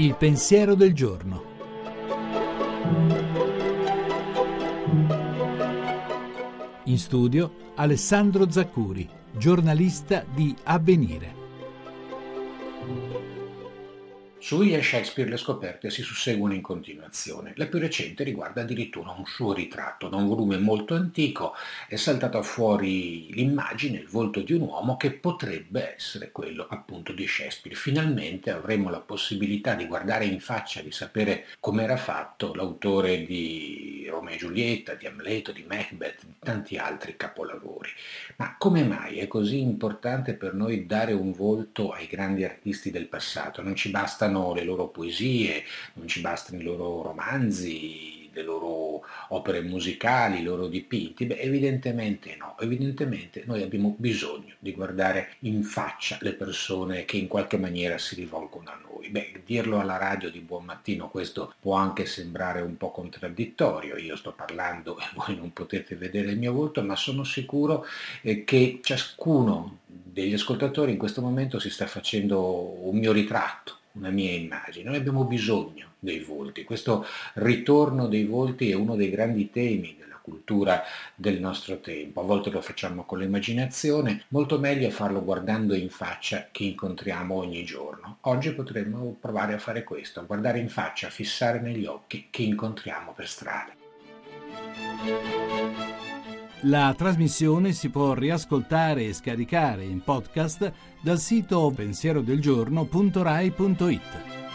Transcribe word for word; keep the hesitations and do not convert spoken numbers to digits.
Il pensiero del giorno. In studio Alessandro Zaccuri, giornalista di Avvenire. Su William Shakespeare le scoperte si susseguono in continuazione. La più recente riguarda addirittura un suo ritratto. Da un volume molto antico è saltata fuori l'immagine, il volto di un uomo che potrebbe essere quello appunto di Shakespeare. Finalmente avremo la possibilità di guardare in faccia, di sapere com'era fatto l'autore di Romeo e Giulietta, di Amleto, di Macbeth, di tanti altri capolavori. Ma come mai è così importante per noi dare un volto ai grandi artisti del passato? Non ci bastano le loro poesie, non ci bastano i loro romanzi, le loro opere musicali, i loro dipinti? Beh, evidentemente no, evidentemente noi abbiamo bisogno di guardare in faccia le persone che in qualche maniera si rivolgono a noi. Beh, dirlo alla radio di buon mattino, questo può anche sembrare un po' contraddittorio, io sto parlando e voi non potete vedere il mio volto, ma sono sicuro eh, che ciascuno degli ascoltatori in questo momento si sta facendo un mio ritratto, una mia immagine. Noi abbiamo bisogno dei volti. Questo ritorno dei volti è uno dei grandi temi della cultura del nostro tempo. A volte lo facciamo con l'immaginazione, molto meglio è farlo guardando in faccia chi incontriamo ogni giorno. Oggi potremmo provare a fare questo, a guardare in faccia, a fissare negli occhi chi incontriamo per strada. La trasmissione si può riascoltare e scaricare in podcast dal sito pensierodelgiorno punto rai punto it.